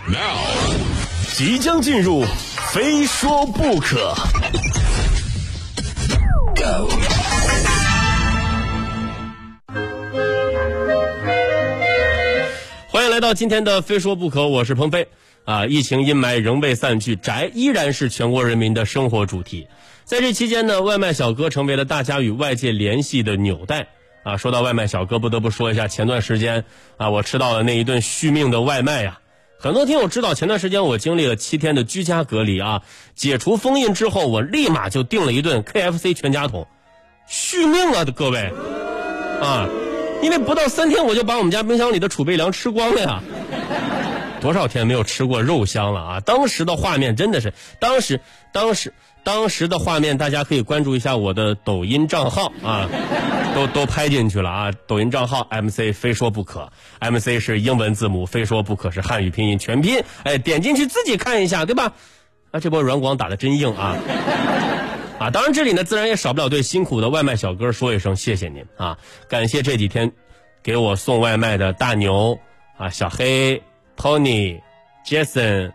Now， 即将进入非说不可。Go。 欢迎来到今天的非说不可，我是鹏飞。疫情阴霾仍未散去，宅依然是全国人民的生活主题。在这期间呢，外卖小哥成为了大家与外界联系的纽带。说到外卖小哥，不得不说一下前段时间我吃到了那一顿续命的外卖呀。很多听友知道，前段时间我经历了7天的居家隔离解除封印之后，我立马就订了一顿 KFC 全家桶，续命了的各位因为不到3天我就把我们家冰箱里的储备粮吃光了呀。多少天没有吃过肉香了当时的画面真的是，当时的画面大家可以关注一下我的抖音账号都拍进去了抖音账号 MC 非说不可， MC 是英文字母，非说不可是汉语拼音全拼，点进去自己看一下，对吧？这波软广打得真硬当然这里呢自然也少不了对辛苦的外卖小哥说一声谢谢您感谢这几天给我送外卖的大牛小黑Tony Jason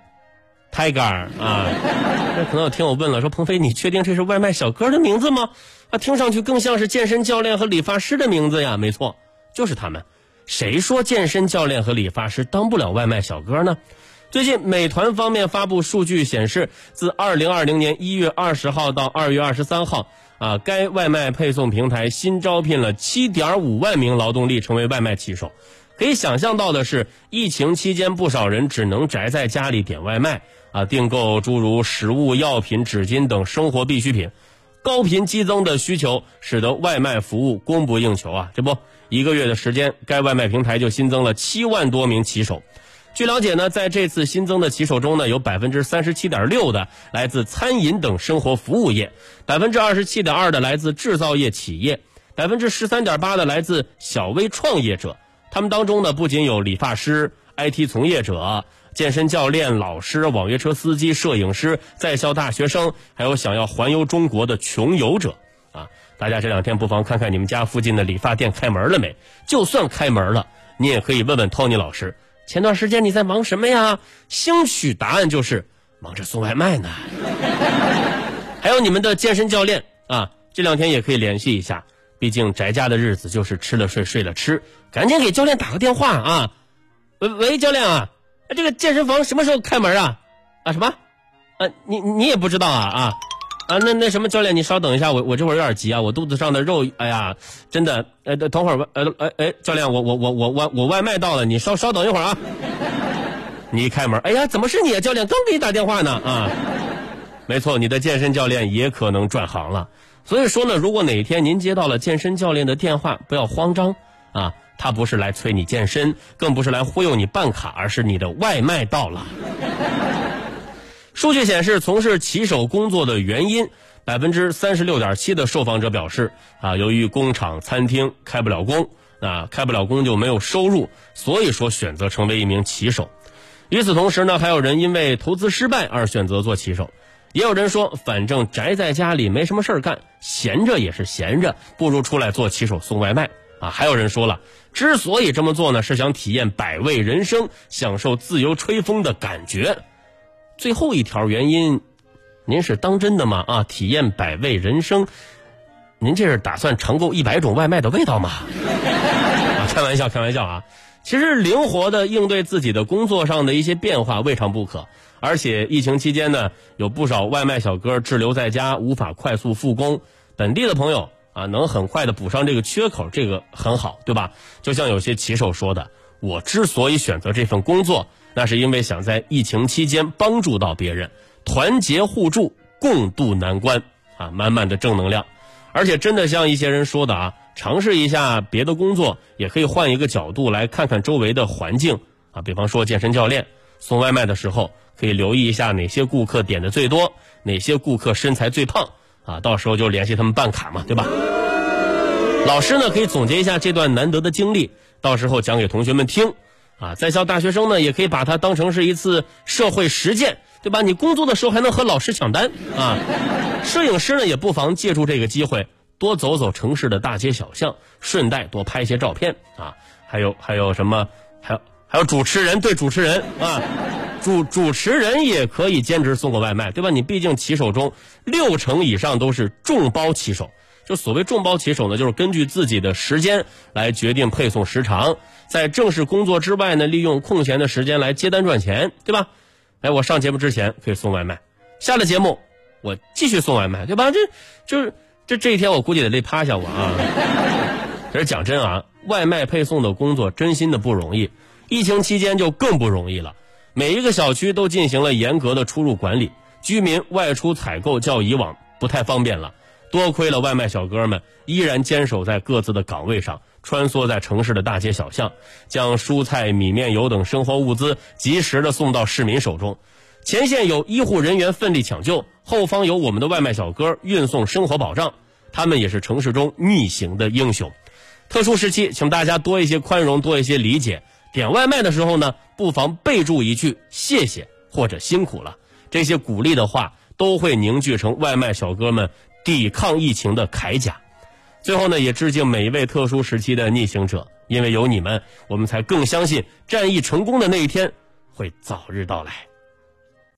Tiger 可能有听我问了，说鹏飞你确定这是外卖小哥的名字吗？听上去更像是健身教练和理发师的名字呀。没错，就是他们。谁说健身教练和理发师当不了外卖小哥呢？最近美团方面发布数据显示，自2020年1月20号到2月23号该外卖配送平台新招聘了 7.5 万名劳动力成为外卖骑手。可以想象到的是，疫情期间不少人只能宅在家里点外卖订购诸如食物、药品、纸巾等生活必需品。高频激增的需求使得外卖服务供不应求这不1个月的时间，该外卖平台就新增了7万多名骑手。据了解呢，在这次新增的骑手中呢，有 37.6% 的来自餐饮等生活服务业， 27.2% 的来自制造业企业， 13.8% 的来自小微创业者。他们当中呢，不仅有理发师、IT 从业者、健身教练、老师、网约车司机、摄影师、在校大学生，还有想要环游中国的穷游者大家这2天不妨看看你们家附近的理发店开门了没？就算开门了，你也可以问问 Tony 老师，前段时间你在忙什么呀？兴许答案就是忙着送外卖呢。还有你们的健身教练这2天也可以联系一下，毕竟宅家的日子就是吃了睡，睡了吃，赶紧给教练打个电话喂，教练这个健身房什么时候开门什么你也不知道那什么，教练你稍等一下，我这会儿有点急我肚子上的肉真的等会儿教练我外卖到了，你稍等一会儿你一开门，怎么是你教练刚给你打电话呢没错，你的健身教练也可能转行了。所以说呢，如果哪天您接到了健身教练的电话，不要慌张他不是来催你健身，更不是来忽悠你办卡，而是你的外卖到了。数据显示，从事骑手工作的原因，36.7% 的受访者表示由于工厂、餐厅开不了工开不了工就没有收入，所以说选择成为一名骑手。与此同时呢，还有人因为投资失败而选择做骑手。也有人说，反正宅在家里没什么事儿干，闲着也是闲着，不如出来做骑手送外卖还有人说了，之所以这么做呢，是想体验百味人生，享受自由吹风的感觉。最后一条原因，您是当真的吗体验百味人生，您这是打算尝够100种外卖的味道吗开玩笑其实灵活的应对自己的工作上的一些变化未尝不可。而且疫情期间呢，有不少外卖小哥滞留在家，无法快速复工，本地的朋友能很快的补上这个缺口，这个很好，对吧？就像有些骑手说的，我之所以选择这份工作，那是因为想在疫情期间帮助到别人，团结互助，共度难关满满的正能量。而且真的像一些人说的尝试一下别的工作，也可以换一个角度来看看周围的环境比方说健身教练送外卖的时候，可以留意一下哪些顾客点的最多，哪些顾客身材最胖到时候就联系他们办卡嘛，对吧？老师呢可以总结一下这段难得的经历，到时候讲给同学们听在校大学生呢也可以把它当成是一次社会实践，对吧？你工作的时候还能和老师抢单摄影师呢也不妨借助这个机会多走走城市的大街小巷，顺带多拍一些照片还有什么还有主持人，对主持人主持人也可以兼职送个外卖，对吧？你毕竟骑手中60%以上都是众包骑手。就所谓众包骑手呢，就是根据自己的时间来决定配送时长，在正式工作之外呢，利用空闲的时间来接单赚钱，对吧？哎，我上节目之前可以送外卖，下了节目我继续送外卖，对吧？这一天我估计得累趴下我啊。可是讲真啊，外卖配送的工作真心的不容易，疫情期间就更不容易了。每一个小区都进行了严格的出入管理，居民外出采购较以往不太方便了。多亏了外卖小哥们依然坚守在各自的岗位上，穿梭在城市的大街小巷，将蔬菜、米面油等生活物资及时的送到市民手中。前线有医护人员奋力抢救，后方有我们的外卖小哥运送生活保障，他们也是城市中逆行的英雄。特殊时期，请大家多一些宽容，多一些理解。点外卖的时候呢，不妨备注一句谢谢或者辛苦了，这些鼓励的话都会凝聚成外卖小哥们抵抗疫情的铠甲。最后呢，也致敬每一位特殊时期的逆行者，因为有你们，我们才更相信战役成功的那一天会早日到来。